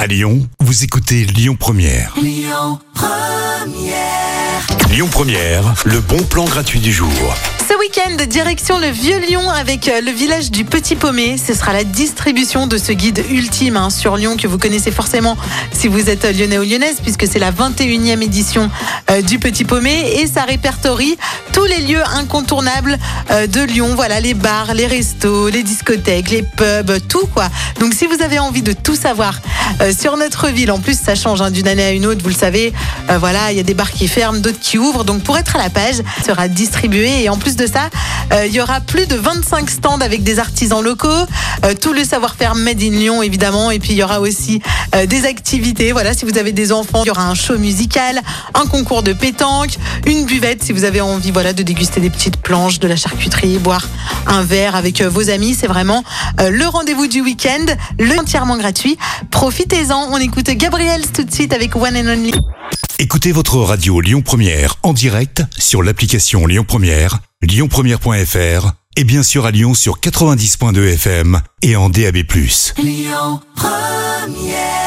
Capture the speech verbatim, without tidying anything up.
À Lyon, vous écoutez Lyon Première. Lyon Première. Lyon Première, le bon plan gratuit du jour. Ce week-end, direction le Vieux-Lyon avec le village du Petit Paumé. Ce sera la distribution de ce guide ultime hein, sur Lyon que vous connaissez forcément si vous êtes lyonnais ou lyonnaise, puisque c'est la vingt et unième édition euh, du Petit Paumé et ça répertorie tous les lieux incontournables euh, de Lyon. Voilà, les bars, les restos, les discothèques, les pubs, tout quoi. Donc si vous avez envie de tout savoir euh, sur notre ville, en plus ça change hein, d'une année à une autre, vous le savez. Euh, voilà, il y a des bars qui ferment, d'autres qui ouvrent. Donc pour être à la page, ça sera distribué et en plus de ça, euh, il y aura plus de vingt-cinq stands avec des artisans locaux, euh, tout le savoir-faire made in Lyon évidemment, et puis il y aura aussi euh, des activités. Voilà, si vous avez des enfants, il y aura un show musical, un concours de pétanque, une buvette si vous avez envie voilà de déguster des petites planches, de la charcuterie, boire un verre avec euh, vos amis. C'est vraiment euh, le rendez-vous du week-end, le entièrement gratuit. Profitez-en. On écoute Gabriel tout de suite avec One and Only. Écoutez votre radio Lyon Première en direct sur l'application Lyon Première, lyon première point f r et bien sûr à Lyon sur quatre-vingt-dix point deux F M et en D A B plus. Lyon Première.